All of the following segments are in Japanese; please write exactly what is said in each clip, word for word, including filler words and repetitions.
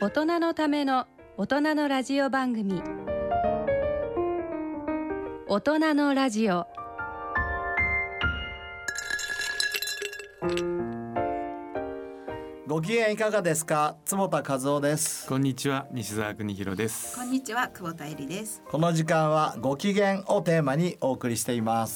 大人のための大人のラジオ番組、大人のラジオ。 ご機嫌いかがですか。坪田和夫です。 こんにちは、西澤邦弘です。 こんにちは、久保田恵里です。 この時間はご機嫌をテーマにお送りしています。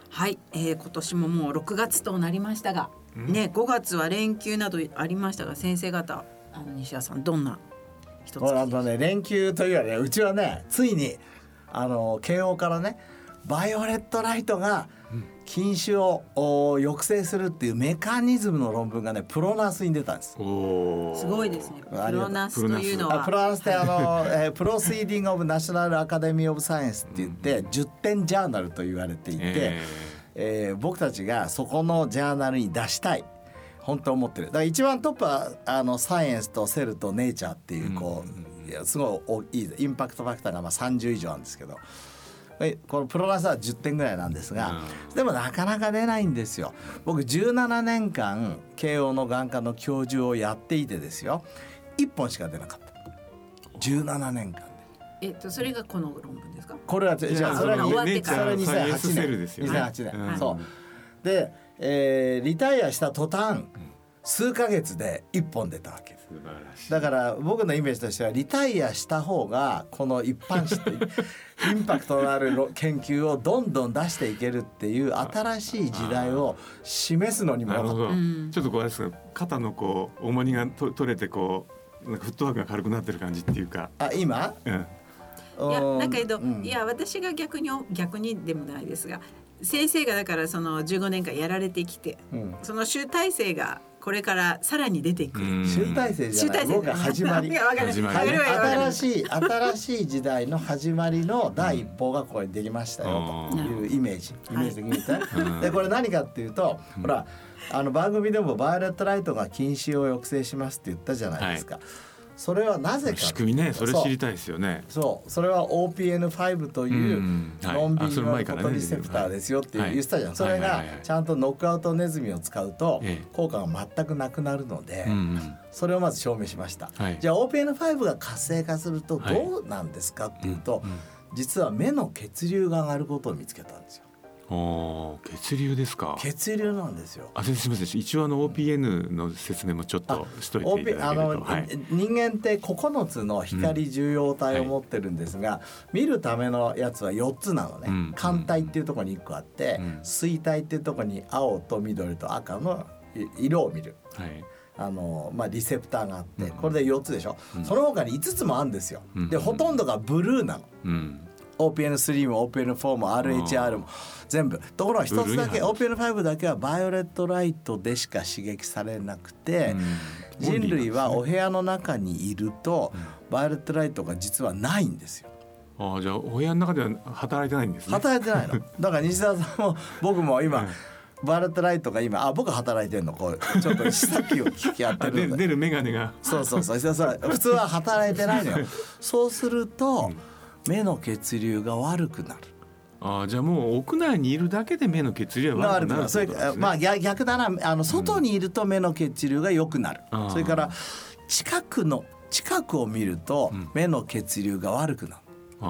はい、えー、今年ももうろくがつとなりましたが、うん、ね、ごがつは連休などありましたが、先生方、あの西田さんどんな一つこれあの、ね、連休というより、ね、うちはね、ついにあの慶応からね、バイオレットライトが近視を抑制するっていうメカニズムの論文がね、プロナスに出たんです。 おすごいですね。プロナスというのはプロナスってあの、えー、プロシーディングオブナショナルアカデミーオブサイエンスって言って、うん、じゅってんジャーナルと言われていて、えーえー、僕たちがそこのジャーナルに出したい本当思ってる。だから一番トップはあのサイエンスとセルとネイチャーっていうこう、うん、いやすごいいいインパクトファクターがまあさんじゅう以上なんですけど、このプロナスはじゅってんぐらいなんですが、うん、でもなかなか出ないんですよ。僕じゅうななねんかん慶応の眼科の教授をやっていてですよ、いっぽんしか出なかった。じゅうななねんかんで。 えっとそれがこの論文ですか。 これはじゃあそれは終わってから、それはにせんはちねんですよ、ね、にせんはちねん、うん、そうで、えー、リタイアした途端、うん、数ヶ月でいっぽん出たわけです。素晴らしい。だから僕のイメージとしては、リタイアした方がこの一般紙インパクトのある研究をどんどん出していけるっていう新しい時代を示すのにも良かった。 うん、ちょっとこうですね、肩のこう重荷がと取れて、こうなんかフットワークが軽くなってる感じっていうか。 あ、今、 うん、 いやだけど、うん、いや私が逆に逆にでもないですが、先生がだからそのじゅうごねんかんやられてきて、うん、その集大成がこれからさらに出ていく。 集大成じゃない、僕は始まり始まり新しい新しい時代の始まりの第一歩がこれできましたよというイメージイメージ的に言った、はい、でこれ何かっていうと、うん、ほらあの番組でもバイオレットライトが近視を抑制しますって言ったじゃないですか、はい。それはなぜか、 仕組みね、それ知りたいですよね。 そう、それは オーピーエヌファイブ というノンビジュアルフォトリセプターですよって言ってたじゃん。それがちゃんとノックアウトネズミを使うと効果が全くなくなるので、それをまず証明しました。じゃあ オーピーエヌファイブ が活性化するとどうなんですかっていうと、実は目の血流が上がることを見つけたんですよ。 お血流ですか。 血流なんですよ。 あ、先生すみません、一応あの オーピーエヌ の説明もちょっとしといていただけると。 はい、人間ってここのつの光受容体を持ってるんですが、うん、はい、見るためのやつはよっつなのね、うん、環体っていうところにいっこあって、うん、水体っていうところに青と緑と赤の色を見る、はい、あのまあ、リセプターがあって、これでよっつでしょ、うん、その他にいつつもあるんですよ、うん、でほとんどがブルーなの、うん、オーピーエヌスリー も オーピーエヌフォー も アールエイチアール も全部。ところが一つだけ オーピーエヌファイブ だけはバイオレットライトでしか刺激されなくて、うん、人類はお部屋の中にいると、うん、バイオレットライトが実はないんですよ。 ああ、じゃあお部屋の中では働いてないんですね。 働いてないの。だから西澤さんも僕も今、うん、バイオレットライトが今、あ、僕は働いてんの、こうちょっとさっきを聞き合ってるので出るメガネがそうそうそう普通は働いてないのよ。そうすると、うん、目の血流が悪くなる。 あ、じゃあもう屋内にいるだけで目の血流が悪くなるってことですね。 まあ、逆だな、あの外にいると目の血流が良くなる、うん、それから近くの近くを見ると目の血流が悪くなる、うん、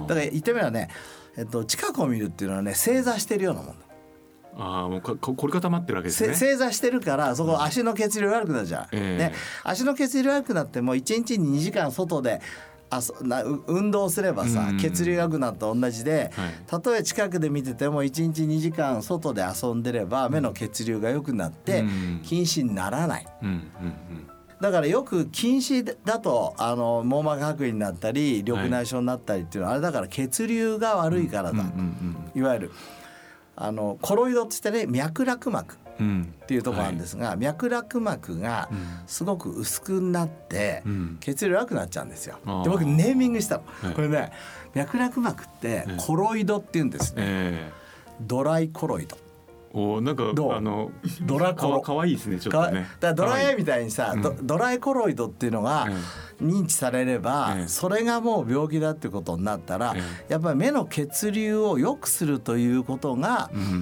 だから言ってみればね、えっと、近くを見るっていうのはね、正座してるようなもんだ。 ああ、もうこ凝り固まってるわけですね。 正座してるからそこ足の血流悪くなるじゃん、えーね、足の血流悪くなってもいちにちににじかん外であそな運動すればさ、血流が良くなったと同じで、はい、たとえ近くで見ててもいちにちにじかん外で遊んでれば目の血流が良くなって近視にならない、うんうんうん、だからよく近視だとあの網膜剥離になったり緑内障になったりっていうのは、はい、あれだから血流が悪いからだ、うんうんうんうん、いわゆるあのコロイドって言ってね、脈絡膜っていうところなんですが、うん、はい、脈絡膜がすごく薄くなって、うん、血流悪くなっちゃうんですよ。で僕ネーミングしたの、はい、これね、脈絡膜ってコロイドっていうんですね、えー、ドライコロイド。 お、なんかあのドラコロかわいいですね、ちょっとね。 だからドライアイみたいにさ、うん、ド, ドライコロイドっていうのが認知されれば、うん、それがもう病気だってことになったら、うん、やっぱり目の血流を良くするということが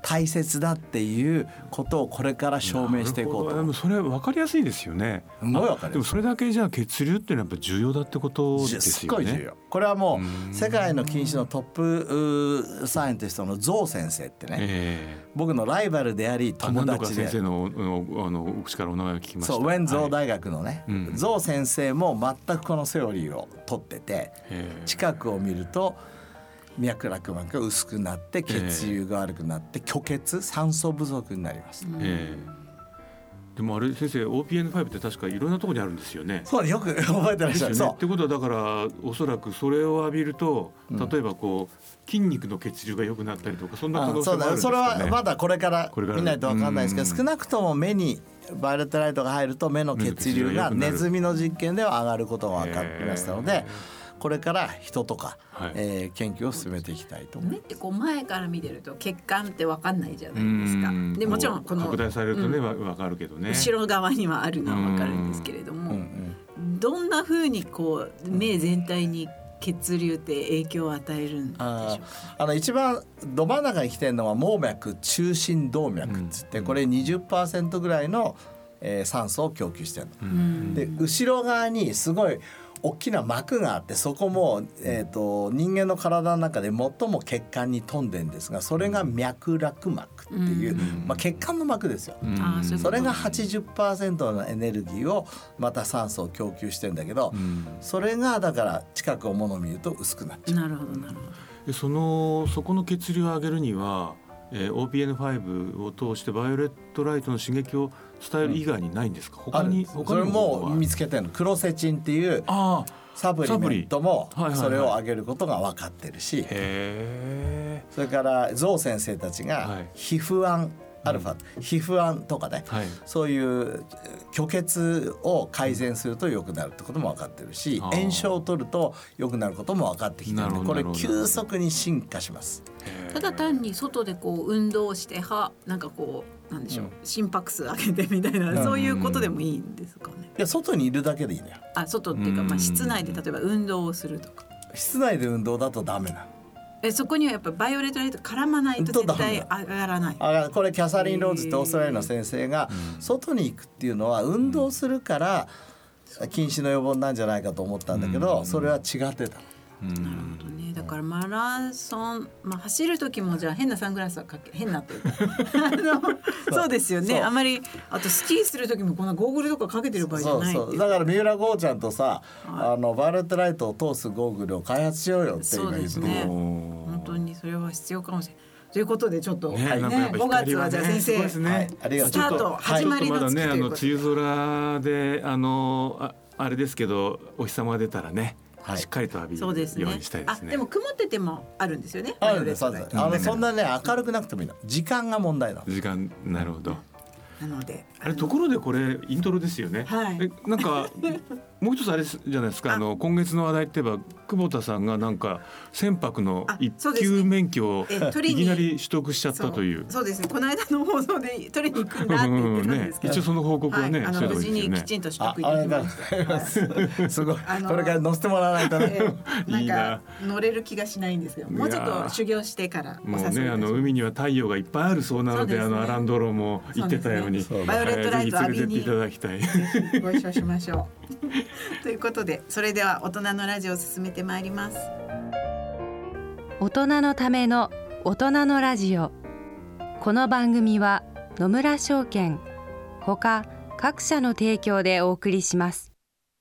大切だっていうことをこれから証明していこうと。 でもそれ分かりやすいですよね。 すごい分かりやすい。 でもそれだけじゃあ血流っていうのはやっぱ重要だってことですよね。 すごい重要。これはもう世界の近視のトップサイエンティストのゾウ先生ってね、えー、僕のライバルであり友達で、 先生のあのお口からお名前を聞きました。 そう、ウェンゾウ大学のね、 はい、 ゾウ先生も全くこのセオリーを取ってて、近くを見ると脈絡膜が薄くなって血流が悪くなって虚血、酸素不足になります、 えー、でもあれ先生 オーピーエヌファイブ って確かいろんなところにあるんですよね。 そうよく覚えてらっしゃる、 ね、そうってことはだからおそらくそれを浴びると例えばこう筋肉の血流が良くなったりとかそんな可能性もあるんですかね。 それはまだこれから見ないと分かんないですけど、少なくとも目にバイオレットライトが入ると目の血流がネズミの実験では上がることが分かりましたので、これから人とか、はい、えー、研究を進めていきたいと思います。 目ってこう前から見てると血管って分かんないじゃないですか。でもちろんこの拡大されるとね、うん、分かるけどね、 後ろ側にはあるのは分かるんですけれども、うんうん、どんな風にこう目全体に血流って影響を与えるんでしょうか。ああの一番ど真ん中に来てるのは網脈中心動脈っつって、うん、これ にじゅっパーセント ぐらいの、えー、酸素を供給してるの、うん、で後ろ側にすごい大きな膜があって、そこも、えーと、人間の体の中で最も血管に富んでるんですが、それが脈絡膜っていう、うん、まあ、血管の膜ですよ、うん、それが はちじゅっパーセント のエネルギーをまた酸素を供給してるんだけど、うん、それがだから近くをもの見ると薄くなっちゃう。 なるほどなるほど。 でそのそこの血流を上げるには、えー、オーピーエヌファイブ を通してバイオレットライトの刺激を伝える以外にないんですか、うん、他に他それも見つけてるの。クロセチンっていうサプリメントもそれを上げることが分かってるし、 へそれからゾウ先生たちが皮膚アンアルファ、うん、皮膚アンとかね、はい、そういう虚血を改善すると良くなるってことも分かってるし、炎症を取ると良くなることも分かってきてるので、これ急速に進化します。 ただ単に外でこう運動してはなんかこうなんでしょう、うん、心拍数上げてみたいな、うん、そういうことでもいいんですかね。 いや外にいるだけでいいのよ。 あ、外っていうか、まあ、室内で例えば運動をするとか。 室内で運動だとダメなの。 えそこにはやっぱバイオレットライト絡まないと絶対上がらない。 あ、これキャサリン・ローズってオーストラリアの先生が、外に行くっていうのは運動するから近視の予防なんじゃないかと思ったんだけど、それは違ってた。 なるほどね。だからマラソン、まあ、走る時もじゃあ変なサングラスはかけ変なというかあのそうですよね。あまりあとスキーする時もこんなゴーグルとかかけてる場合じゃない。 そうそう、だから三浦ゴーちゃんとさ、はい、あのバイオレットライトを通すゴーグルを開発しようよって今言ってる。そうですね。 本当にそれは必要かもしれない。ということでちょっと、 ねね、ごがつはじゃあ先生、 ね、はい、 ありがとう。 スタート始まりの月ということで、 まだね、あの梅雨空であの あ, あれですけどお日様が出たらね、はい、しっかりと浴びるようにしたいですね。 あ、でも曇っててもあるんですよね。 あるんです。あのそんなね明るくなくてもいいの。時間が問題なの。 時間、なるほど。 なのであれところでこれイントロですよね。 はい、 えなんかもう一つあれじゃないですか。あの今月の話題って言えば久保田さんがなんか船舶の一級免許をいきなり取得しちゃったという。 そうですね。この間の放送で取りに行くんだって言ってたんですけど、 ね、一応その報告はね、はい、 あの無事にきちんと取得いたしました。すごい。これから乗せてもらわないとね。 えー、なんか乗れる気がしないんですけど、もうちょっと修行してからお誘いいたします。 もうね、あの海には太陽がいっぱいあるそうなので、あのアランドロも言ってたように、 バイオレットライト浴びにぜひ連れてっていただきたい。 ぜひご一緒しましょう。ということで、それでは大人のラジオを進めてまいります。 大人のための大人のラジオ。この番組は野村証券ほか各社の提供でお送りします。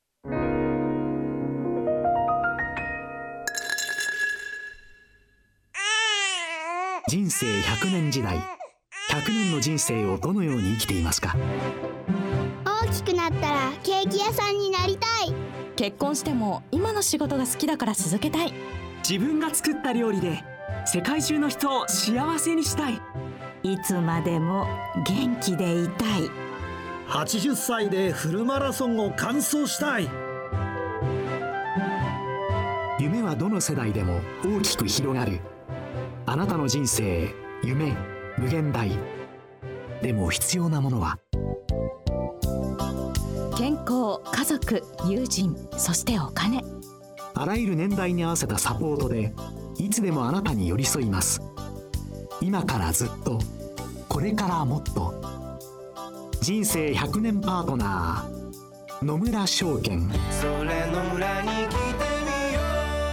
人生ひゃくねん時代、ひゃくねんの人生をどのように生きていますか？ 大きくなったらケーキ屋さんになりたい。 結婚しても今の仕事が好きだから続けたい。 自分が作った料理で世界中の人を幸せにしたい。 いつまでも元気でいたい。 はちじゅっさいでフルマラソンを完走したい。 夢はどの世代でも大きく広がる。あなたの人生、夢、無限大。でも必要なものは健康、家族、友人、そしてお金。 あらゆる年代に合わせたサポートでいつでもあなたに寄り添います。 今からずっとこれからもっと人生ひゃくねんパートナー野村証券。それの裏に来てみよ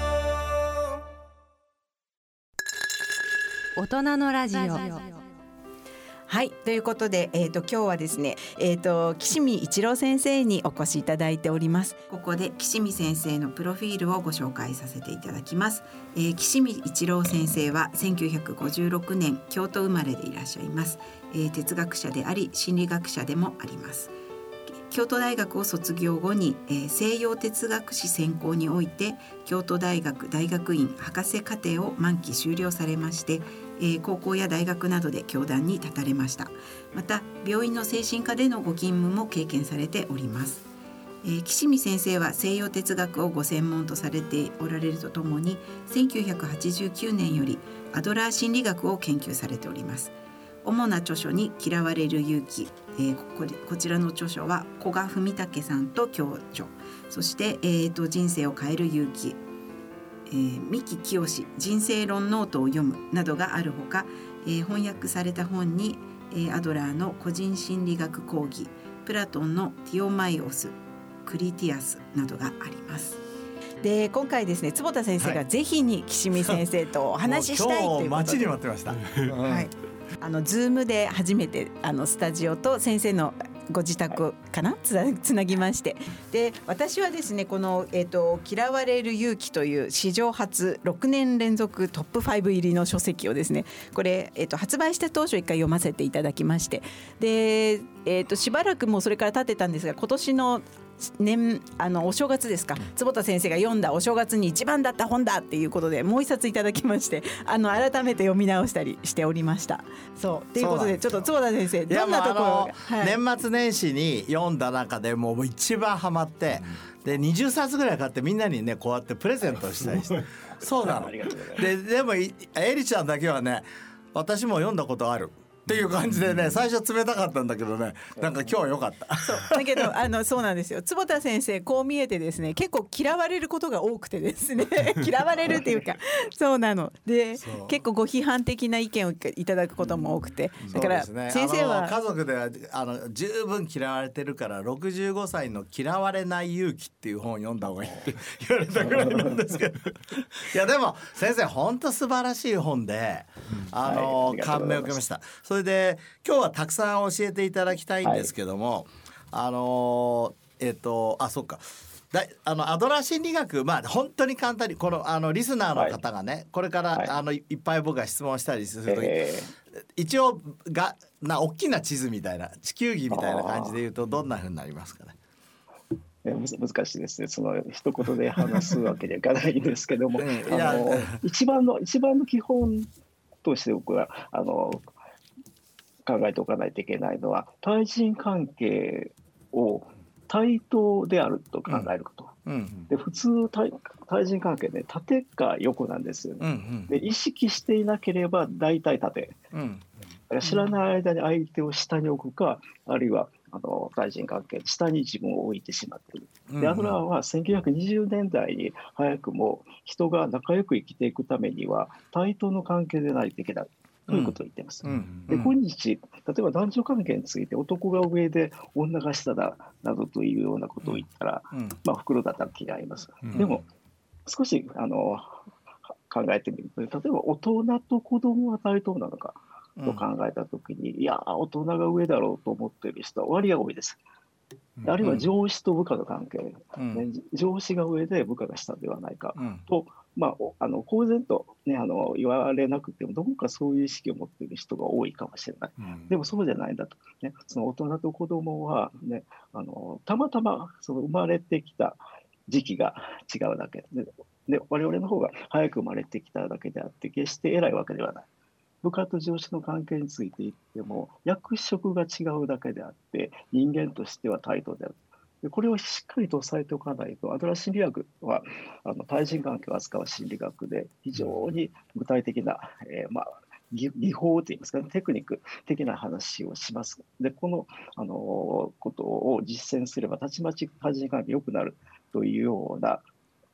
う。大人のラジオ。 はい、ということで、えー、と今日はですね、えー、と岸見一郎先生にお越しいただいております。ここで岸見先生のプロフィールをご紹介させていただきます。えー、岸見一郎先生はせんきゅうひゃくごじゅうろくねん京都生まれでいらっしゃいます。えー、哲学者であり心理学者でもあります。京都大学を卒業後に、えー、西洋哲学史専攻において京都大学大学院博士課程を満期修了されまして、えー、高校や大学などで教壇に立たれました。また病院の精神科でのご勤務も経験されております。えー、岸見先生は西洋哲学をご専門とされておられるとともにせんきゅうひゃくはちじゅうきゅうねんよりアドラー心理学を研究されております。主な著書に嫌われる勇気、えー、こ, こちらの著書は古賀文武さんと共著、そして、えー、と人生を変える勇気、えー、三木清人生論ノートを読むなどがあるほか、えー、翻訳された本に、えー、アドラーの個人心理学講義、プラトンのティオマイオス、クリティアスなどがあります。で今回ですね、坪田先生がぜひに岸見先生とお話ししたいということで、 今日待ちに待ってました。 はい、あのズームで初めてあのスタジオと先生のご自宅かな、つな、つなぎまして、で私はですねこの、えーと、嫌われる勇気という史上初ろくねん連続トップご入りの書籍をですね、これ、えーと、発売した当初一回読ませていただきまして、で、えーと、しばらくもうそれから経ってたんですが、今年の年あのお正月ですか、坪田先生が読んだお正月に一番だった本だっていうことでもう一冊いただきまして、あの改めて読み直したりしておりました。そうということで、ちょっと坪田先生どんなところが、 はい、年末年始に読んだ中でもう一番ハマって、うん、でにじゅっさつぐらい買ってみんなにねこうやってプレゼントしたりしてそうなので、でもエリちゃんだけはね、私も読んだことあるっていう感じでね、最初冷たかったんだけどね、なんか今日は良かった。 そうだけどあのそうなんですよ、坪田先生こう見えてですね結構嫌われることが多くてですね嫌われるっていうかそうなので、結構ご批判的な意見をいただくことも多くて、だから先生は、 ね、家族ではあの十分嫌われてるからろくじゅうごさいの嫌われない勇気っていう本を読んだ方がいいって言われたぐらいなんですけどいやでも先生本当素晴らしい本で、あの、はい、感銘を受けました。それで今日はたくさん教えていただきたいんですけども、はい、あのえっ、ー、とあそっかだあのアドラー心理学、まあ本当に簡単にこのあのリスナーの方がね、はい、これから、はい、あのいっぱい僕が質問したりするとき、えー、一応がな大きな地図みたいな地球儀みたいな感じで言うとどんな風になりますかね。 難しいですね。その一言で話すわけにはいかないんですけども、あの一番の一番の基本として僕はあの考えておかないといけないのは、対人関係を対等であると考えること、うんうん、で普通 対, 対人関係で、ね、縦か横なんですよね、うんうん、で意識していなければ大体縦、うん、だから知らない間に相手を下に置くか、あるいはあの対人関係下に自分を置いてしまっている。でアドラーはせんきゅうひゃくにじゅうねんだいに早くも人が仲良く生きていくためには対等の関係でないといけないということを言っています、うんうん、で今日例えば男女関係について男が上で女が下だなどというようなことを言ったら、うん、まあ袋だったら気が合います、うん、でも少しあの考えてみると、例えば大人と子供は対等なのかと考えたときに、うん、いや大人が上だろうと思っている人は割合が多いです。あるいは上司と部下の関係、うんね、上司が上で部下が下ではないか、うん、と、まあ、あの公然と、ね、あの言われなくてもどこかそういう意識を持っている人が多いかもしれない、うん、でもそうじゃないんだと、ね、その大人と子供は、ね、あのたまたまその生まれてきた時期が違うだけで、で我々の方が早く生まれてきただけであって決して偉いわけではない。部下と上司の関係について言っても役職が違うだけであって人間としては対等である。でこれをしっかりと押さえておかないと、アドラー心理学はあの対人関係を扱う心理学で非常に具体的な、えーまあ、技, 技法といいますか、ね、テクニック的な話をします。でこの、あのことを実践すればたちまち対人関係良くなるというような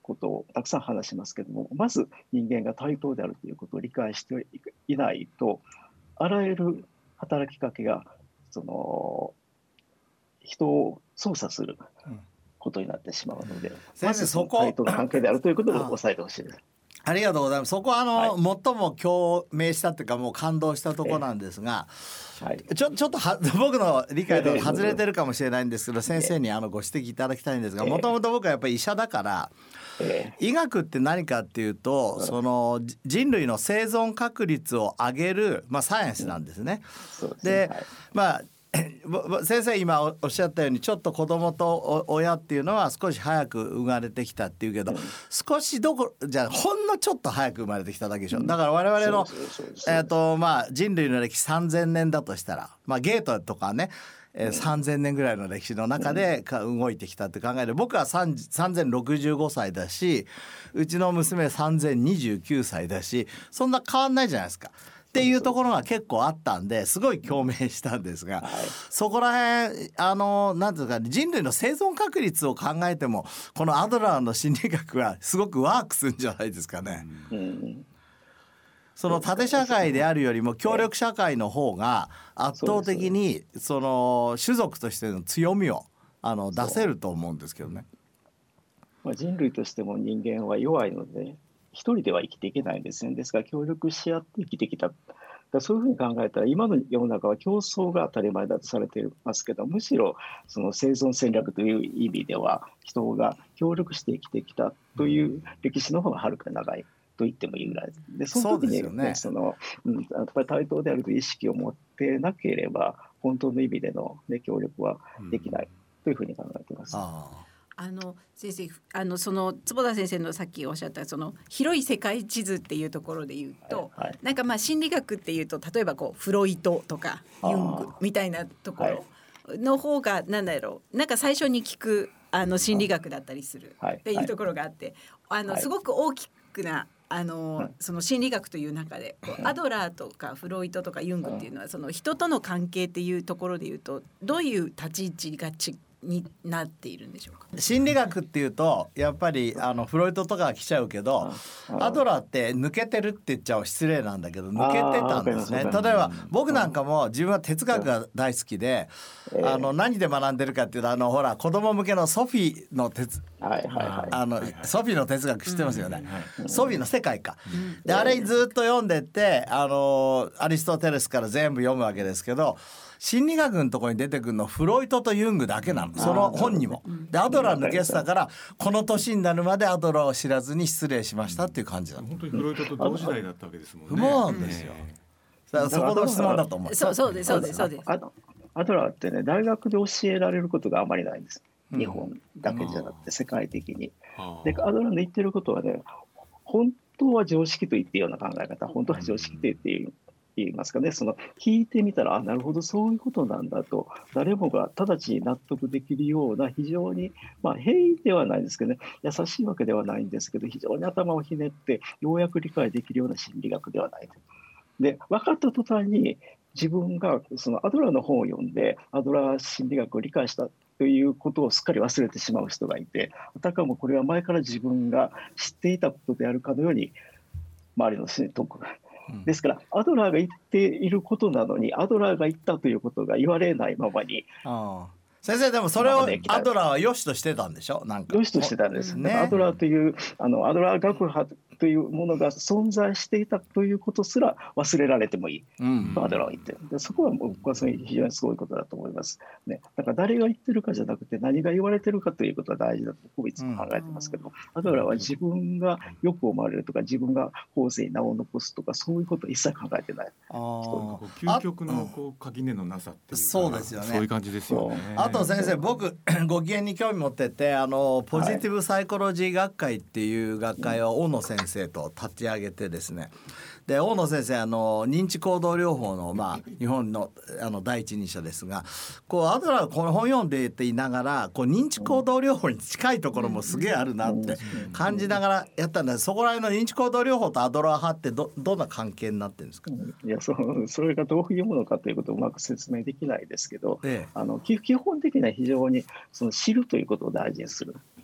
ことをたくさん話しますけども、まず人間が対等であるということを理解していないと、あらゆる働きかけがその人を操作することになってしまうので、うん、 先生そこ対等の関係であるということを押さえてほしいです。 ありがとうございます。そこはあの、はい、最も共鳴したというかもう感動したところなんですが、えーはい、ちょ、ちょっとは僕の理解と外れてるかもしれないんですけど、先生にあのご指摘いただきたいんですが、もともと僕はやっぱり医者だから、えー、医学って何かっていうと、その人類の生存確率を上げる、まあ、サイエンスなんですね。うん、で、はい、まあ先生今おっしゃったようにちょっと子供と親っていうのは少し早く生まれてきたっていうけど、少しどこじゃほんのちょっと早く生まれてきただけでしょ。だから我々のえっとまあ人類の歴史さんぜんねんだとしたら、まあゲートとかね、えー、さんぜんねんぐらいの歴史の中でか動いてきたって考える。僕はさんぜんろくじゅうごさいだし、うちの娘さんぜんにじゅうきゅうさいだし、そんな変わんないじゃないですかっていうところが結構あったんですごい共鳴したんですが、はい、そこら辺あのなんていうか人類の生存確率を考えてもこのアドラーの心理学はすごくワークするんじゃないですかね。うん、その縦社会であるよりも協力社会の方が圧倒的にその種族としての強みをあの出せると思うんですけどね。 まあ、人類としても人間は弱いので一人では生きていけないんですね。ですから協力し合って生きてきた。だそういうふうに考えたら今の世の中は競争が当たり前だとされていますけど、むしろその生存戦略という意味では人が協力して生きてきたという歴史の方がはるかに長いと言ってもいいぐらいで、その時に、ね、その、うん、やっぱり対等であるという意識を持ってなければ本当の意味での、ね、協力はできないというふうに考えています。うん、ああの先生あのその坪田先生のさっきおっしゃったその広い世界地図っていうところで言うと、はいはい、なんかまあ心理学っていうと例えばこうフロイトとかユングみたいなところの方がなんだろう、なんか最初に聞くあの心理学だったりするっていうところがあって、あのすごく大きくなあのその心理学という中でこうアドラーとかフロイトとかユングっていうのはその人との関係っていうところで言うとどういう立ち位置がちになっているんでしょうか。 心理学っていうとやっぱりあのフロイトとか来ちゃうけど、アドラーって抜けてるって言っちゃう失礼なんだけど抜けてたんですね。例えば僕なんかも自分は哲学が大好きで、あの何で学んでるかっていうとあのほら子供向けのソフィーの哲あのソフィーの哲学知ってますよね。ソフィーの世界か。であれずっと読んでってあのアリストテレスから全部読むわけですけど、心理学のところに出てくるのフロイトとユングだけなの、その本にも。でアドラー抜けてたからこの年になるまでアドラーを知らずに失礼しましたっていう感じだ。 本当にフロイトと同時代だったわけですもんね。 そうなんですよ。だからそこの質問だと思う。 そうそうですそうですそうです。 アドラーってね大学で教えられることがあまりないんです。日本だけじゃなくて世界的に。でアドラーの言ってることはね、本当は常識と言っているような考え方、本当は常識と言っている。言いますかね、その聞いてみたらあなるほどそういうことなんだと誰もが直ちに納得できるような非常に、まあ、平易ではないですけどね、優しいわけではないんですけど非常に頭をひねってようやく理解できるような心理学ではない。で分かった途端に自分がそのアドラーの本を読んでアドラー心理学を理解したということをすっかり忘れてしまう人がいて、あたかもこれは前から自分が知っていたことであるかのように周りの人に解く。ですからアドラーが言っていることなのにアドラーが言ったということが言われないままに。 ああ先生でもそれをアドラーは良しとしてたんでしょ。なんか良しとしてたんです、ね、アドラーというあのアドラー学派というものが存在していたということすら忘れられてもいい、うん、アドラーは言ってる。でそこは僕は非常にすごいことだと思います、ね、だから誰が言ってるかじゃなくて何が言われてるかということは大事だと僕いつも考えてますけど、うん、アドラーは自分がよく思われるとか自分が後世に名を残すとかそういうことは一切考えてない。 あ究極のこう垣根のなさっていうか、 そうですよね。 そういう感じですよね。 あと先生僕ご機嫌に興味持っててあのポジティブサイコロジー学会っていう学会を大野先生と立ち上げてですね、で大野先生あの認知行動療法の、まあ、日本 の, あの第一人者ですが、こうアドラーこの本読んでって言いながらこう認知行動療法に近いところもすげえあるなって感じながらやったんです。そこら辺の認知行動療法とアドラー派って ど, どんな関係になってるんですか。 いや そ, それがどういうものかということをうまく説明できないですけど、ええ、あの基本的には非常にその知るということを大事にする。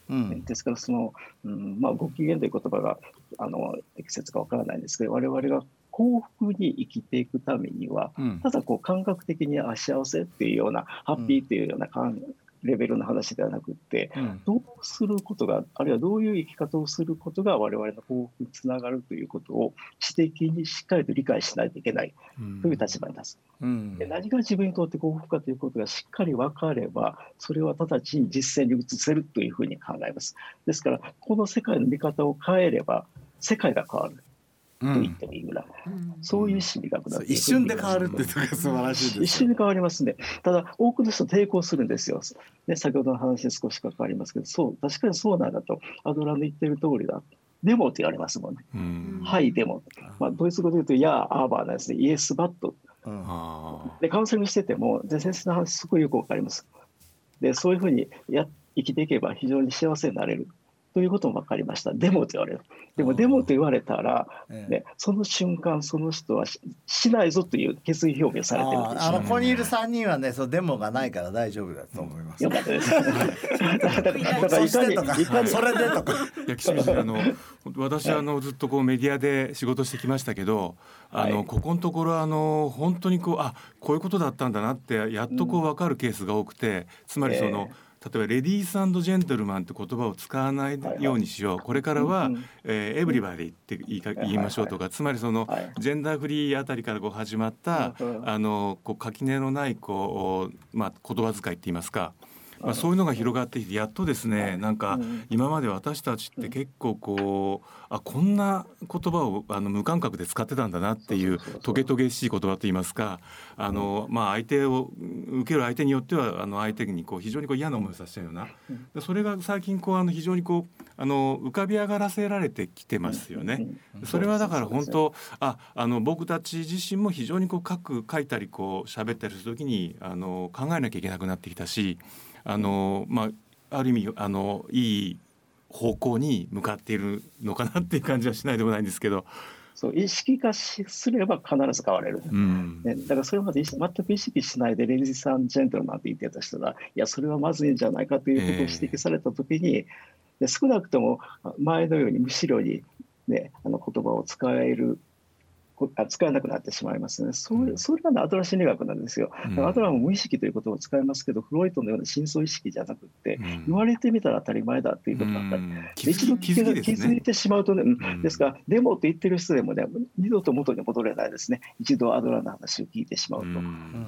うん、ですからその、うんまあ、ご機嫌という言葉があの適切かわからないんですけど、我々が幸福に生きていくためには、うん、ただこう感覚的にあ幸せっていうようなハッピーっていうような感、うんレベルの話ではなくって、うん、どうすることがあるいはどういう生き方をすることが我々の幸福につながるということを知的にしっかりと理解しないといけないという立場に立つ、うん、で何が自分にとって幸福かということがしっかり分かればそれは直ちに実践に移せるというふうに考えます。ですからこの世界の見方を変えれば世界が変わると言ってもいいぐらい、うん、そういう心理学だという、 一瞬で変わるって素晴らしいです、ね、 一瞬で変わりますね。ただ多くの人抵抗するんですよ、ね、先ほどの話で少し関わりますけど、そう確かにそうなんだと、アドラーの言ってる通りだ、デモって言われますもんね、うん、はいデモ、まあ、ドイツ語で言うといやアーバーなんですね、イエスバット、うん、でカウンセリングしててもで先生の話すごいよくわかります。でそういうふうにや生きていけば非常に幸せになれるということも分かりました。デモと言われる。でもデモと言われたら、ね、その瞬間その人は し, しないぞという決意表明されてるんですよ。 あのここにいるさんにんはね、そのデモがないから大丈夫だと思います。 よかったです。だからいかにいかにそれでとか。 いや岸見さん、あの私あのずっとこうメディアで仕事してきましたけど、あの、はい、ここのところあの本当にこうあこういうことだったんだなってやっとこう分かるケースが多くて、つまりその、えー例えばレディース&ジェントルマンって言葉を使わないようにしよう、これからは、えー、エブリバディって言いか言いましょうとか、つまりそのジェンダーフリーあたりからこう始まったあのこう垣根のないこう、まあ、言葉遣いって言いますか、まあ、そういうのが広がってきてやっとですね、なんか今まで私たちって結構こうあこんな言葉をあの無感覚で使ってたんだなっていうトゲトゲしい言葉と言いますか、あの、まあ、相手を受ける相手によってはあの相手にこう非常にこう嫌な思いをさせちゃうような、それが最近こうあの非常にこうあの浮かび上がらせられてきてますよね。それはだから本当ああの僕たち自身も非常にこう書く書いたりこう喋ったりするときにあの考えなきゃいけなくなってきたし、あのまあ、ある意味あのいい方向に向かっているのかなっていう感じはしないでもないんですけど、 そう意識化しすれば必ず変われる、うんね、だからそれまで全く意識しないでレディース&ジェントルマンって言ってた人がいやそれはまずいんじゃないかということを指摘された時に、えー、で少なくとも前のように後ろに、ね、あの言葉を使える使えなくなってしまいますね。それ、それが、ね、アドラー心理学なんですよ。うん、アドラーも無意識という言葉を使いますけど、フロイトのような深層意識じゃなくて、うん、言われてみたら当たり前だということだったり、うん、一度気づ、ね、気づいてしまうとね、うん、ですからデモと言ってる人でもね二度と元に戻れないですね。一度アドラーの話を聞いてしまうと、うん、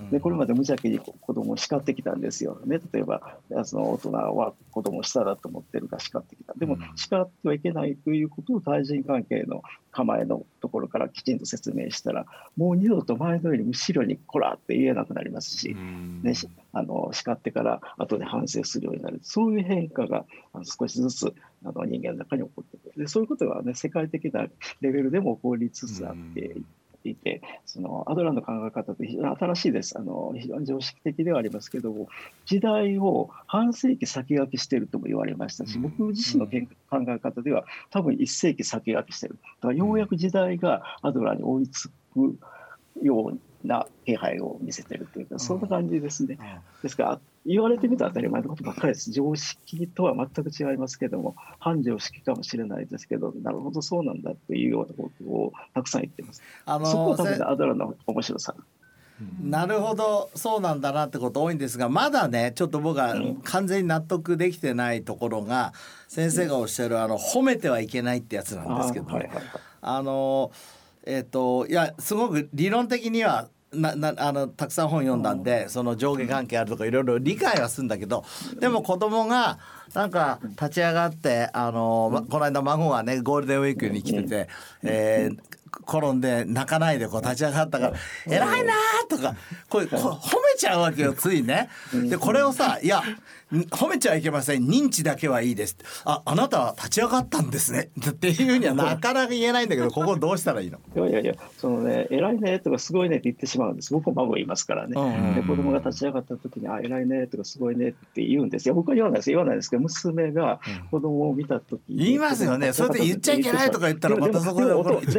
でこれまで無邪気に子供を叱ってきたんですよ、ね、例えばその大人は子供を下だと思ってるから叱ってきた。でも叱ってはいけないということを対人関係の構えのところからきちんと説明したら、もう二度と前のように後ろにこらって言えなくなりますし、ね、あの叱ってから後で反省するようになる、そういう変化が少しずつあの人間の中に起こってくる。でそういうことが、ね、世界的なレベルでも起こりつつあっていて、そのアドラーの考え方って非常に新しいです。あの非常に常識的ではありますけども、時代を半世紀先書きしているとも言われましたし、僕自身の考え方では多分一世紀先書きしている。だからようやく時代がアドラーに追いつくような気配を見せているというか、そんな感じですね。ですから言われてみたら当たり前のことばっかりです。常識とは全く違いますけども、反常識かもしれないですけど、なるほどそうなんだというようなことをたくさん言ってます。あのー、そこは多分アドラーの面白さ。 なるほどそうなんだなってこと多いんですが、まだねちょっと僕は完全に納得できてないところが、先生がおっしゃるあの褒めてはいけないってやつなんですけどね、あのえっといやすごく理論的にはななあのたくさん本読んだんで、その上下関係あるとかいろいろ理解はするんだけど、でも子供がなんか立ち上がってあのこの間孫がねゴールデンウィークに来てて、えー転んで泣かないでこう立ち上がったから偉いなとかこうこう褒めちゃうわけよついね。でこれをさいや褒めちゃいけません、認知だけはいいです、ああなたは立ち上がったんですねっていうふうにはなかなか言えないんだけど、ここどうしたらいいの？ いやいやいやそのね偉いねとかすごいねって言ってしまうんです。僕も孫言いますからね、うんうんうん、で子供が立ち上がった時にあ偉いねとかすごいねって言うんですよ。僕は言わないです言わないですけど、娘が子供を見た時に、 うん、言いますよね。それで言っちゃいけないとか言ったらまたそこででもでも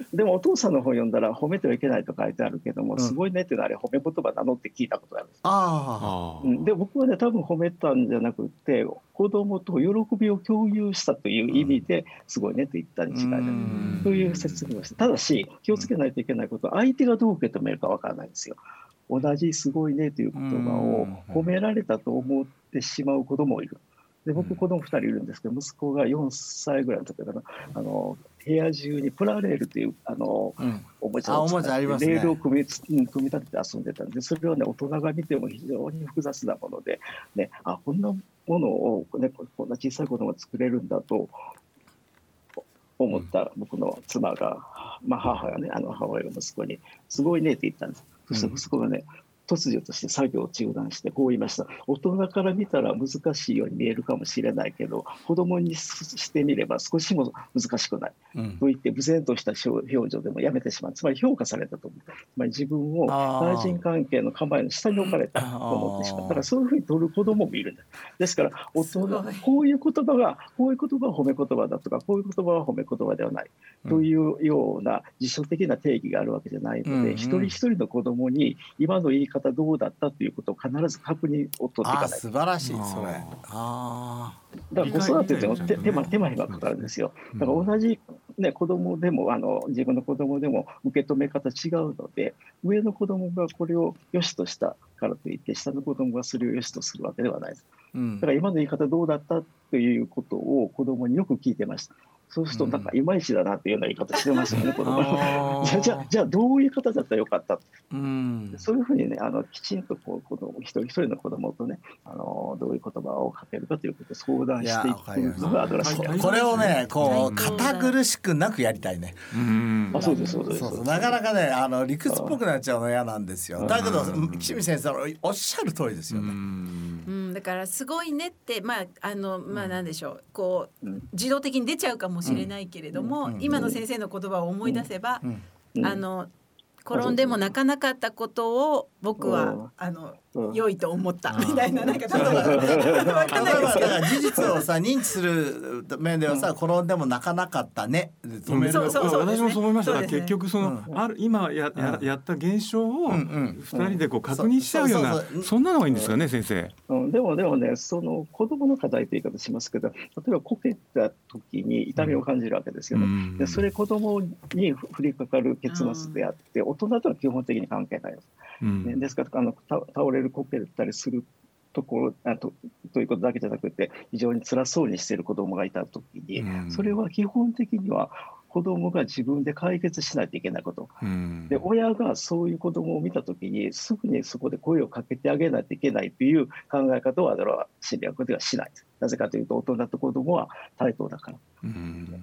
でもお父さんの本読んだら褒めてはいけないと書いてあるけども、うん、すごいねっていうのはあれ褒め言葉なのって聞いたことがあるんです。あ、うん、で僕はね多分褒めたんじゃなくて子供と喜びを共有したという意味ですごいねって言ったに違いない、うん、という説明をして、ただし気をつけないといけないことは相手がどう受け止めるかわからないんですよ。同じすごいねという言葉を褒められたと思ってしまう子供もいる。で僕子供ふたりいるんですけど、息子がよんさいぐらいの時かな、あの部屋中にプラレールというあの、うん、おもちゃを使ってレールを組み、組み立てて遊んでたんで、それはね大人が見ても非常に複雑なもので、ね、あこんなものを、ね、こんな小さい子供が作れるんだと思った僕の妻が、まあ、母がねあの母親が息子にすごいねって言ったんです。そして息子がね、突如として作業を中断してこう言いました。大人から見たら難しいように見えるかもしれないけど、子供にしてみれば少しも難しくない、うん、と言って無然とした表情でもやめてしまう。つまり評価されたと思う。つまり自分を対人関係の構えの下に置かれたと思ってしまう。だからそういうふうに取る子供もいるんだ。ですから大人こういう言葉がこういう言葉は褒め言葉だとか、こういう言葉は褒め言葉ではない、うん、というような辞書的な定義があるわけじゃないので、うんうん、一人一人の子供に今の言い方どうだったということを必ず確認を取っていかないと。 素晴らしいそれ。あだから子育てでも手手間手間暇かかるんですよ。だから同じ、ね、子供でもあの自分の子供でも受け止め方違うので、上の子供がこれを良しとしたからといって下の子供がそれを良しとするわけではないです。うん、だから今の言い方どうだったということを子供によく聞いてました。そうするとなんかいまいちだなっていうような言い方してますよね、子供は。じゃあじゃあじゃあどういう方だったらよかった、うん、そういうふうにねあのきちんとこう子供一人一人の子供とねあのどういう言葉をかけるかということを相談していくのがアドラー思想。 これをねこう堅苦しくなくやりたいね。 うん、あそうですそうです。 そうそうなかなかねあの理屈っぽくなっちゃうの嫌なんですよ。だけど岸見先生のおっしゃる通りですよね。うんうん、だからすごいねってまああのまあなんでしょうこう自動的に出ちゃうかもしれないけれども、うん、今の先生の言葉を思い出せば、うんうん、あの転んでも泣かなかったことを僕はあの良いと思ったみたいななんかちょっと分かんないですけど、 事実をさ認知する面ではさ、転んでも泣かなかったね止める。そうそうそう、私もそう思いましたが、結局そのある今やややった現象を二人でこう確認しちゃうようなそんなのがいいんですかね先生。 うんでもでもねその子供の課題という言い方しますけど、例えばこけた時に痛みを感じるわけですよね。うん、でそれ子供に降りかかる結末であって、大人とは基本的に関係ないです。うん、ですからあの倒れるこけたりするところあ と, ということだけじゃなくて非常に辛そうにしている子どもがいたときに、うん、それは基本的には子どもが自分で解決しないといけないこと、うん、で親がそういう子どもを見たときにすぐにそこで声をかけてあげないといけないという考え方をアドラー心理学ではしないです。なぜかというと大人と子どもは対等だから、うん、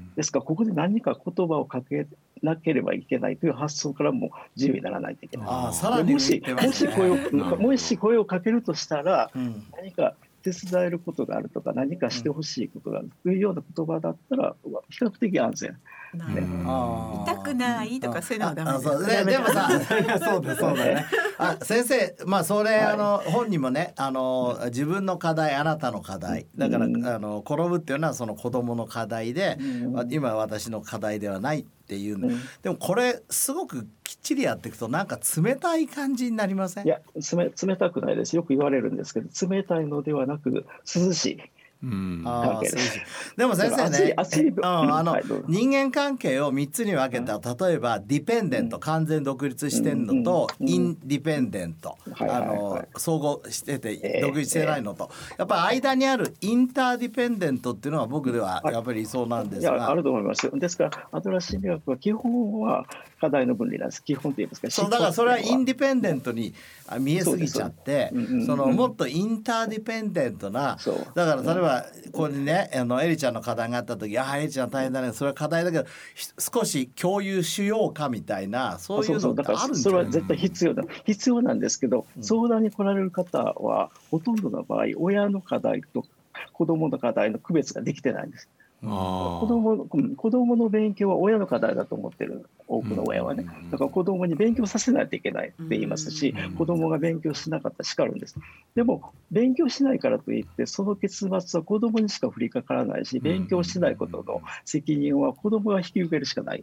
ですからここで何か言葉をかけなければいけないという発想からも自由にならないといけない。あさらにもしもし声をもし声をかけるとしたら、うん、何か手伝えることがあるとか何かしてほしいことがあるというような言葉だったら比較的安全、ね、 あ痛くないとかそういうのはダメです。 で, でもさそうだそうだね。あ先生まあそれ、はい、あの本にもねあの自分の課題あなたの課題だから、うん、あの転ぶっていうのはその子供の課題で、うん、今私の課題ではないっていう、うん、でもこれすごくきっちりやっていくとなんか冷たい感じになりません？ いや冷たくないです。よく言われるんですけど冷たいのではなく涼しい。うん、あでも先生ねあの人間関係をみっつに分けたら例えばディペンデント、うん、完全独立してんのと、うん、インディペンデント、うん、あの、はいはい、相互してて独立してないのと、えー、やっぱり間にあるインターディペンデントっていうのは僕ではやっぱりいそうなんですが、 いやあると思います。ですからアドラー心理学は基本は課題の分離なんです。基本と言いますか。 そうだからそれはインディペンデントに見えすぎちゃって、そのもっとインターディペンデントな、だから例えばここにねあのエリちゃんの課題があった時、ああエリちゃん大変だねそれは課題だけど少し共有しようかみたいなそういうのってあるんじゃない？そうそうだからそれは絶対必要だ必要なんですけど、うん、相談に来られる方はほとんどの場合親の課題と子どもの課題の区別ができてないんです。あ子供の子供の勉強は親の課題だと思ってる多くの親はね、だから子供に勉強させないといけないって言いますし、子供が勉強しなかったら叱るんです。でも勉強しないからといってその結末は子供にしか降りかからないし、勉強しないことの責任は子供が引き受けるしかない。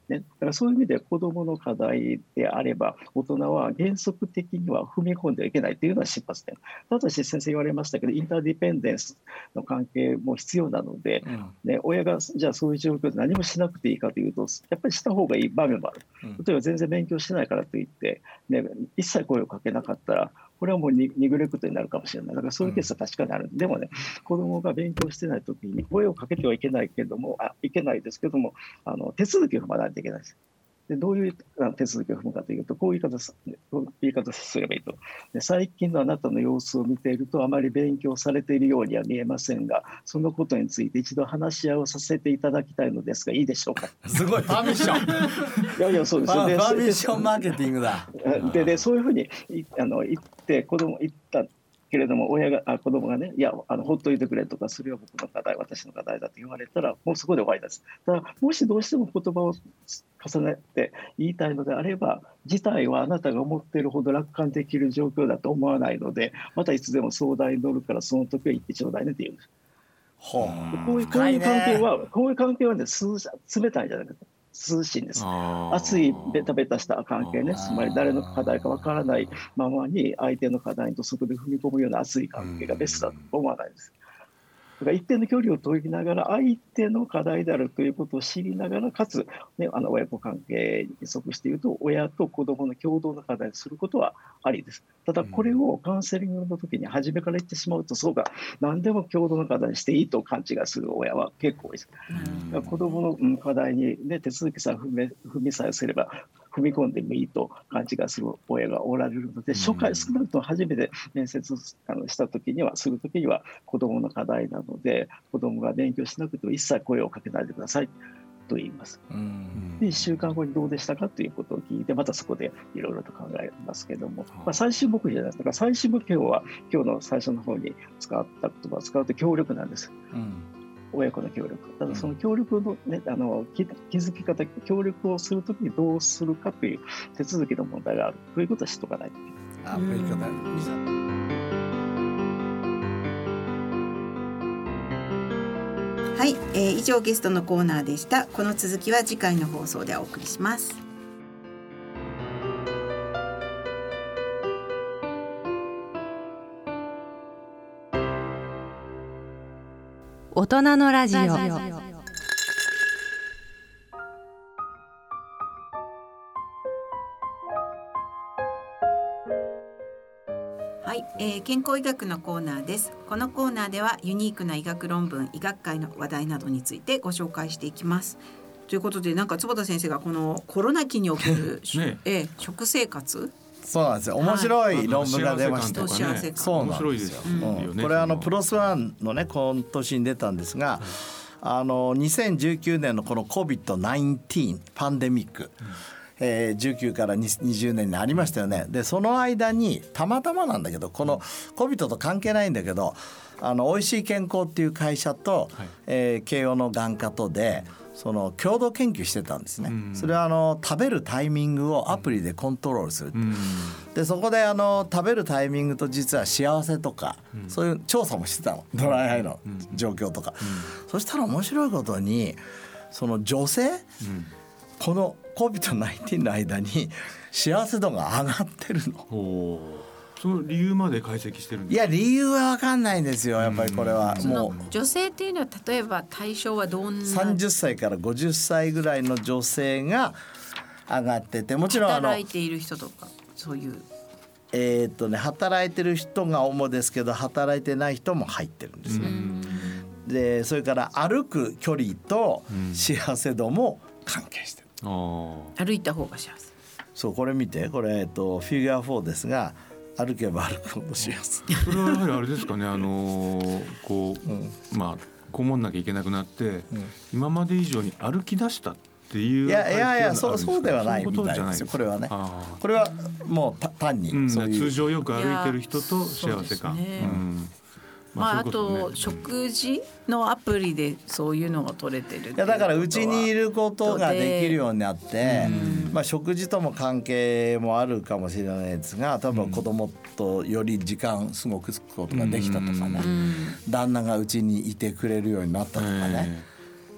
ね、だからそういう意味で子どもの課題であれば大人は原則的には踏み込んではいけないというのは出発点。ただし先生言われましたけどインターディペンデンスの関係も必要なので、うんね、親がじゃあそういう状況で何もしなくていいかというとやっぱりした方がいい場面もある。例えば全然勉強してないからといって、ね、一切声をかけなかったらこれはもうニグレクトになるかもしれない。だからそういうケースは確かにある、うん、でもね子どもが勉強してないときに声をかけてはいけないけれどもあいけないですけどもあの手続きを踏まないといけないです。でどういう手続きを踏むかというとこういう言い方すこういう言い方すればいいと。で最近のあなたの様子を見ているとあまり勉強されているようには見えませんがそのことについて一度話し合いをさせていただきたいのですがいいでしょうか。 すごいパーミッションいやいやそうですよパーミッションマーケティングだ。 ででそういうふうにあの言って子供言ったけれども親があ子供がねいやあのほっといてくれとかそれは僕の課題私の課題だと言われたらもうそこで終わりです。ただもしどうしても言葉を重ねて言いたいのであれば事態はあなたが思っているほど楽観できる状況だと思わないのでまたいつでも相談に乗るからその時は言ってちょうだいねって言うんです。こういうこういう関係はこういう関係はね冷たいじゃないですか。涼しいんです。熱いベタベタした関係ねつまり誰の課題かわからないままに相手の課題にとそこで踏み込むような熱い関係がベストだと思わないです。だから一定の距離を取りながら相手の課題であるということを知りながらかつ、ね、あの親子関係に即して言うと親と子どもの共同の課題にすることはありです。ただこれをカウンセリングの時に初めから言ってしまうとそうか何でも共同の課題にしていいと勘違いする親は結構多いです。だから子どもの課題に、ね、手続きさえ踏み、踏みさえすれば踏み込んでもいいと勘違いする親がおられるので初回少なくとも初めて面接あのした時にはする時には子どもの課題なので子どもが勉強しなくても一切声をかけないでくださいと言います。でいっしゅうかんごにどうでしたかということを聞いてまたそこでいろいろと考えますけども、まあ、最終目標じゃないですか。最終目標は今日の最初の方に使った言葉を使うと協力なんです、うん、親子の協力。ただその協力の、ね、あの気づき方協力をするときにどうするかという手続きの問題があるということは知っておかないといけない。アメリカだはい、えー、以上ゲストのコーナーでした。この続きは次回の放送でお送りします。 大人のラジオ。 はい、えー、健康医学のコーナーです。このコーナーではユニークな医学論文、医学会の話題などについてご紹介していきます。ということで、なんか坪田先生がこのコロナ期における、ねえー、食生活そうなんですよ。面白い論文が出ました。 はい、ね、 そうなんですよ。うん、これあのプロスワンのね今年に出たんですが、あのにせんじゅうきゅうねんのこの コビッドナインティーン パンデミック、うん、えー、じゅうきゅうからにじゅうねんにありましたよね。でその間にたまたまなんだけどこの コビッド と関係ないんだけど、あのおいしい健康っていう会社と、はい、えー、慶応の眼科とでその共同研究してたんですね、うん、それはあの食べるタイミングをアプリでコントロールする、うん、でそこであの食べるタイミングと実は幸せとか、うん、そういう調査もしてたの、ドライアイの状況とか、うん、そしたら面白いことにその女性、うん、この コビッドナインティーン の間に幸せ度が上がってるの。 その理由まで解析してるんですか？ いや理由は分かんないんですよ。やっぱりこれはもう女性っていうのは例えば対象はどんなさんじゅっさいからごじゅっさいぐらいの女性が上がってて、もちろんあの働いている人とかそういうえーっとね働いてる人が主ですけど働いてない人も入ってるんですね。でそれから歩く距離と幸せ度も関係してる。 歩いた方が幸せ。 そうこれ見てこれ、えっと、フィギュアフォーですが歩けば歩くほど幸せ。 それはやはりあれですかね、あのー、こう、うん、まあこもんなきゃいけなくなって、うん、今まで以上に歩き出したっていう。 いやいやいやそうそうではないみたいですよ。これはねこれはもう単にそういう、 うん、通常よく歩いてる人と幸せ感。 まあ、あと食事のアプリでそういうのが取れてる。いやだからうちにいることができるようになって、まあ、食事とも関係もあるかもしれないですが、多分子供とより時間すごくすくことができたとかね、旦那がうちにいてくれるようになったとかね、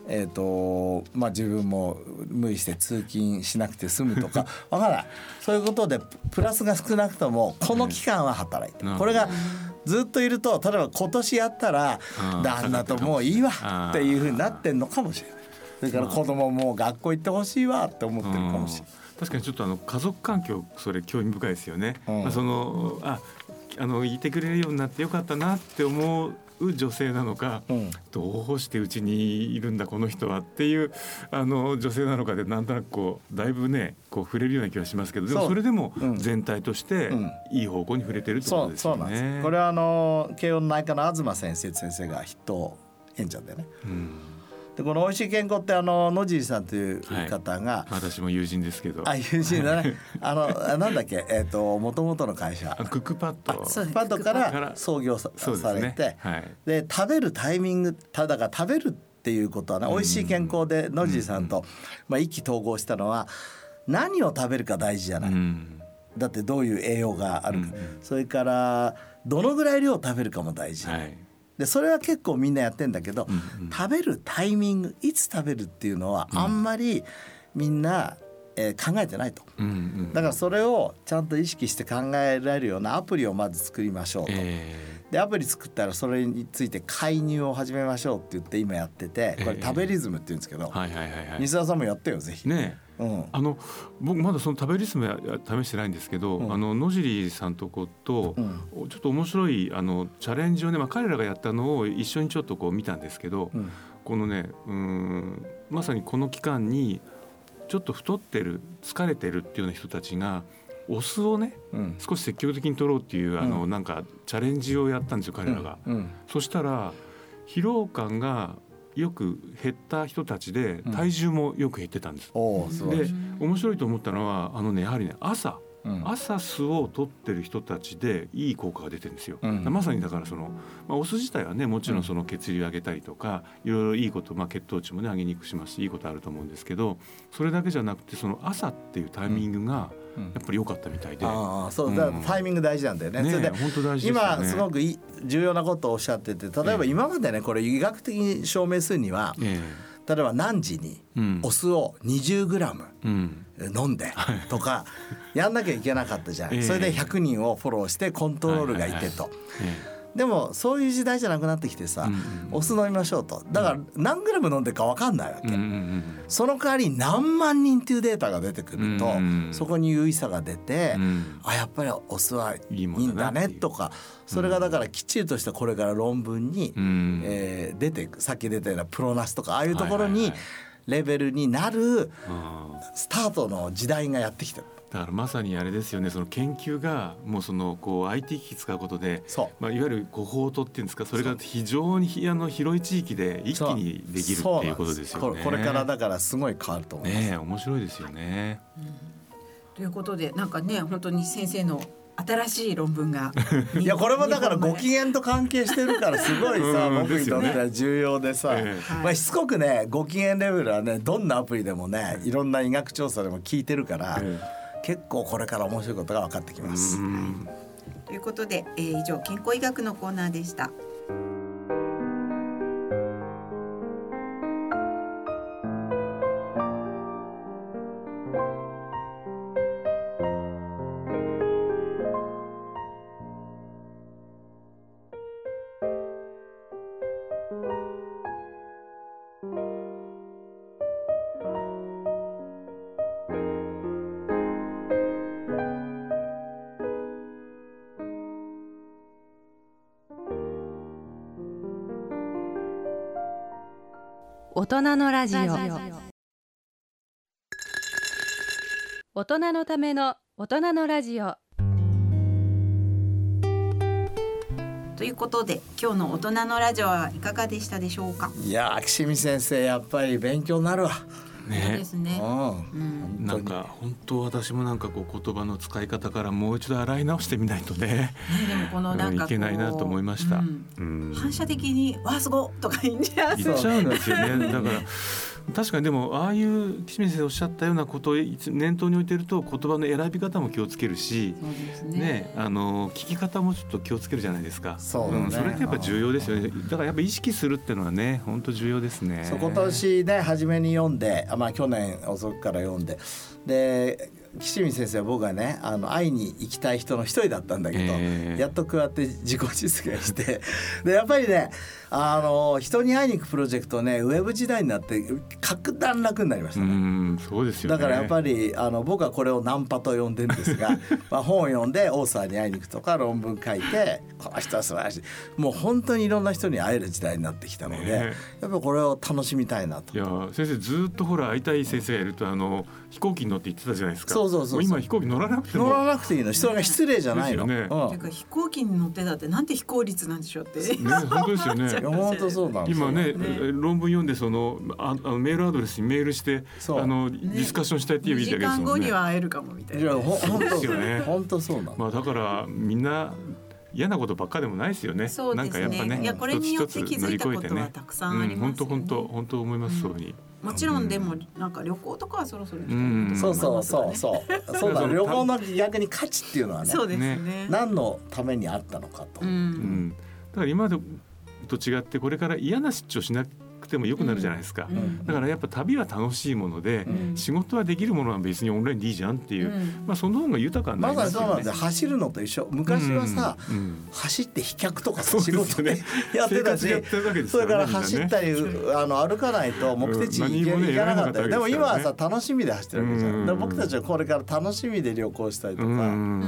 えーとまあ、自分も無理して通勤しなくて済むとかわからないそういうことでプラスが少なくともこの期間は働いて、うん、これがずっといると例えば今年やったら旦那ともういいわっていう風になってんのかもしれない。それから子供も学校行ってほしいわって思ってるかもしれない。 確かにちょっとあの家族環境それ興味深いですよね、うんまあ、そのああのいてくれるようになってよかったなって思う女性なのか、うん、どうしてうちにいるんだこの人はっていうあの女性なのかでなんとなくこうだいぶねこう触れるような気がしますけどでもそれでも全体としていい方向に触れてるってことですよね。 そうそうなんです。これはあの慶応の内科の東先生先生が筆頭演者でね、うんでこのおいしい健康ってあの野尻さんという方が、 はい、私も友人ですけどあ友人だねあのなんだっけえっ、ー、と元々の会社クックパッドクックパッドから創業 さ, されて、ねはい、で食べるタイミングただから食べるっていうことはね、うん、おいしい健康で野尻さんと、うんまあ、意気投合したのは何を食べるか大事じゃない、うん、だってどういう栄養があるか、うん、それからどのぐらい量食べるかも大事、はいでそれは結構みんなやってんだけど、うんうん、食べるタイミングいつ食べるっていうのはあんまりみんな、えー、考えてないと、うんうん、だからそれをちゃんと意識して考えられるようなアプリをまず作りましょうと、えー、でアプリ作ったらそれについて介入を始めましょうって言って今やっててこれ食べリズムって言うんですけど、えーはいはいはいはい、西田さんもやってよぜひねうん、あの僕まだその食べリズムは試してないんですけど、うん、あの野尻さんとことちょっと面白いあのチャレンジをね、まあ、彼らがやったのを一緒にちょっとこう見たんですけど、うん、このねうーんまさにこの期間にちょっと太ってる疲れてるっていうような人たちがお酢をね、うん、少し積極的に取ろうっていうあの、うん、なんかチャレンジをやったんですよ彼らが、うんうん、そしたら疲労感がよく減った人たちで体重もよく減ってたんです、うん、で面白いと思ったのはあのねやはりね朝、うん、朝酢を取ってる人たちでいい効果が出てるんですよ、うん、まさにだからその、まあ、お酢自体はねもちろんその血流を上げたりとかいろいろいいこと、まあ、血糖値もね上げにくくしますしいいことあると思うんですけどそれだけじゃなくてその朝っていうタイミングがやっぱり良かったみたいで、 あそうだ、うん、タイミング大事なんだよね。ねそれで本当大事ですよね。今すごくい重要なことをおっしゃってて例えば今までねこれ医学的に証明するには、えー、例えば何時にお酢を にじゅうグラム 飲んでとかやんなきゃいけなかったじゃん、えー、それでひゃくにんをフォローしてコントロールがいてと、はいはいはいえーでもそういう時代じゃなくなってきてさ、うんうん、お酢飲みましょうとだから何グラム飲んでるか分かんないわけ、うんうんうん、その代わり何万人っていうデータが出てくると、うんうん、そこに有意差が出て、うん、あやっぱりお酢はいいんだねとかそれがだからきっちりとしたこれから論文に、うんえー、出てさっき出たようなプロナスとかああいうところにレベルになるスタートの時代がやってきてる。 だからまさにあれですよねその研究がもうそのこう アイティー 機器使うことでまあ、いわゆるコホートっていうんですかそれが非常にあの広い地域で一気にできるっていうことですよね。 これからだからすごい変わると思います、 ね、面白いですよね、うん、 ということでなんかね本当に先生の新しい論文がいやこれもだからご機嫌と関係してるからすごいさ、うん、僕にとっては重要でさ、えーまあ、しつこくねご機嫌レベルはねどんなアプリでもねいろんな医学調査でも聞いてるから、えー結構これから面白いことが分かってきます。 ということで、えー、以上健康医学のコーナーでした。 大人のラジオ大人のための大人のラジオということで今日の大人のラジオはいかがでしたでしょうか。 いや岸見先生やっぱり勉強になるわね、そうですね、 うん、なんか本当私もなんかこう言葉の使い方からもう一度洗い直してみないとね、ねでもこのなんかこういけないなと思いました、うんうん、反射的にわすごとか言っちゃう言っちゃうんですよねだから確かにでもああいう岸見先生おっしゃったようなことを念頭に置いてると言葉の選び方も気をつけるし、 そうですねね、あの聞き方もちょっと気をつけるじゃないですか。 そうね、 うん、それってやっぱ重要ですよね。だからやっぱ意識するっていうのはね本当重要ですね。 そう今年ね初めに読んで、まあ、去年遅くから読んでで岸見先生は僕はねあの会いに行きたい人の一人だったんだけど、えー、やっとこうやって自己実現してでやっぱりねあの人に会いに行くプロジェクトねウェブ時代になって格段楽になりましたね。 うんそうですよね。 だからやっぱりあの僕はこれをナンパと呼んでるんですがまあ本を読んでオーサーに会いに行くとか論文書いてこの人は素晴らしいもう本当にいろんな人に会える時代になってきたので、ね、やっぱこれを楽しみたいなと。 いや先生ずっとほら会いたい先生がいるとあの飛行機に乗って行ってたじゃないですか。 そうそうそうそう。 今飛行機乗らなくても乗らなくていいの人が失礼じゃないの、 ねうん、 てか飛行機に乗ってたってなんて非効率なんでしょうって、 ね、本当ですよね本当そうなんですよ今ね、ね論文読んでそのああのメールアドレスにメールしてあの、ね、ディスカッションしたいって言えばいいだけですもんね。 にじかんごには会えるかもみたいな。いや本当ですよね。本当そうなの。 まあだからみんな嫌なことばっかでもないですよね。 そうですね。なんかやっぱね、いやこれによって気づいたことはたくさんありますよね。 本当本当本当思います、うん、そうに。 もちろんでもなんか旅行とかはそろそろ行きたいなと思いますそうそうそうそうそうだ旅行の逆に価値っていうのはねそうですね何のためにあったのかと、 うんうん、だから今までと違ってこれから嫌な出張しなくても良くなるじゃないですか、うん、だからやっぱ旅は楽しいもので、うん、仕事はできるものは別にオンラインでいいじゃんっていう、うん、まあその方が豊かになりますよね。 まさにそうなんで走るのと一緒昔はさ、うんうん、走って飛脚とかさ仕事でやってたし、ね、それから走ったり、ね、あの歩かないと目的地に行け、ね、行かなかったよ、ね、でも今はさ楽しみで走ってるわけじゃん、うん、だから僕たちはこれから楽しみで旅行したりとか、うん、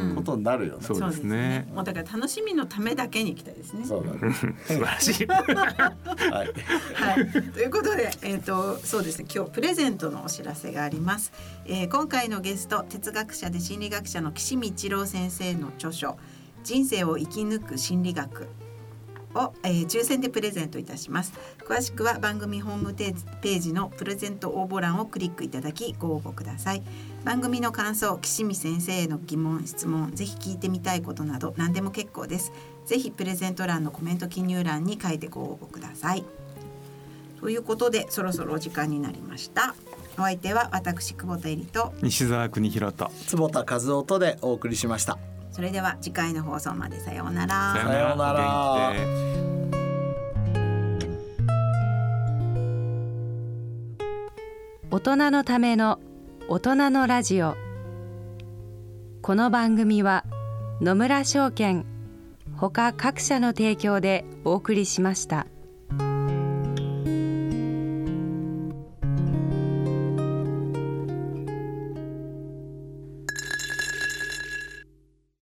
ことになるよね。 そうですね。 もうだから楽しみのためだけに行きたいですね。 そうだね素晴らしいはい、はい、ということでえー、とそうですね今日プレゼントのお知らせがあります、えー、今回のゲスト哲学者で心理学者の岸見一郎先生の著書人生を生き抜く心理学を、えー、抽選でプレゼントいたします。詳しくは番組ホームページのプレゼント応募欄をクリックいただきご応募ください。番組の感想岸見先生への疑問質問ぜひ聞いてみたいことなど何でも結構です。ぜひプレゼント欄のコメント記入欄に書いてご応募ください。ということでそろそろお時間になりました。お相手は私久保田恵里と西澤邦弘と坪田和夫とでお送りしました。 それでは次回の放送までさようなら。 さようなら。 大人のための大人のラジオ。この番組は野村証券ほか各社の提供でお送りしました。